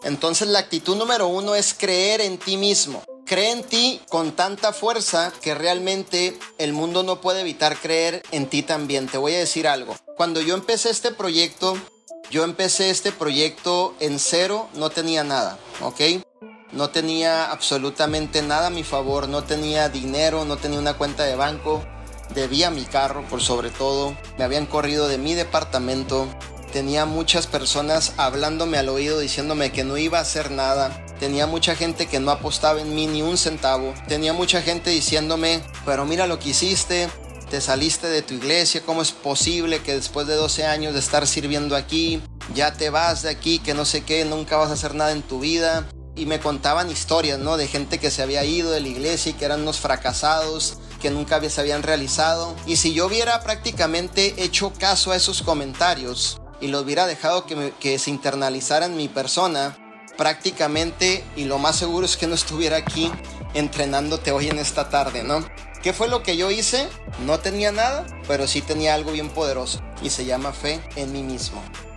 Entonces la actitud número 1 es creer en ti mismo. Cree en ti con tanta fuerza que realmente el mundo no puede evitar creer en ti también. Te voy a decir algo. Cuando yo empecé este proyecto en cero, no tenía nada, ¿ok? No tenía absolutamente nada a mi favor, no tenía dinero, no tenía una cuenta de banco, debía mi carro por sobre todo, me habían corrido de mi departamento, tenía muchas personas hablándome al oído diciéndome que no iba a hacer nada. Tenía mucha gente que no apostaba en mí ni un centavo. Tenía mucha gente diciéndome, pero mira lo que hiciste, te saliste de tu iglesia, ¿cómo es posible que después de 12 años de estar sirviendo aquí, ya te vas de aquí, que no sé qué, nunca vas a hacer nada en tu vida? Y me contaban historias, ¿no? De gente que se había ido de la iglesia y que eran unos fracasados, que nunca se habían realizado. Y si yo hubiera prácticamente hecho caso a esos comentarios y los hubiera dejado que se internalizaran en mi persona, prácticamente, y lo más seguro es que no estuviera aquí entrenándote hoy en esta tarde, ¿no? ¿Qué fue lo que yo hice? No tenía nada, pero sí tenía algo bien poderoso y se llama fe en mí mismo.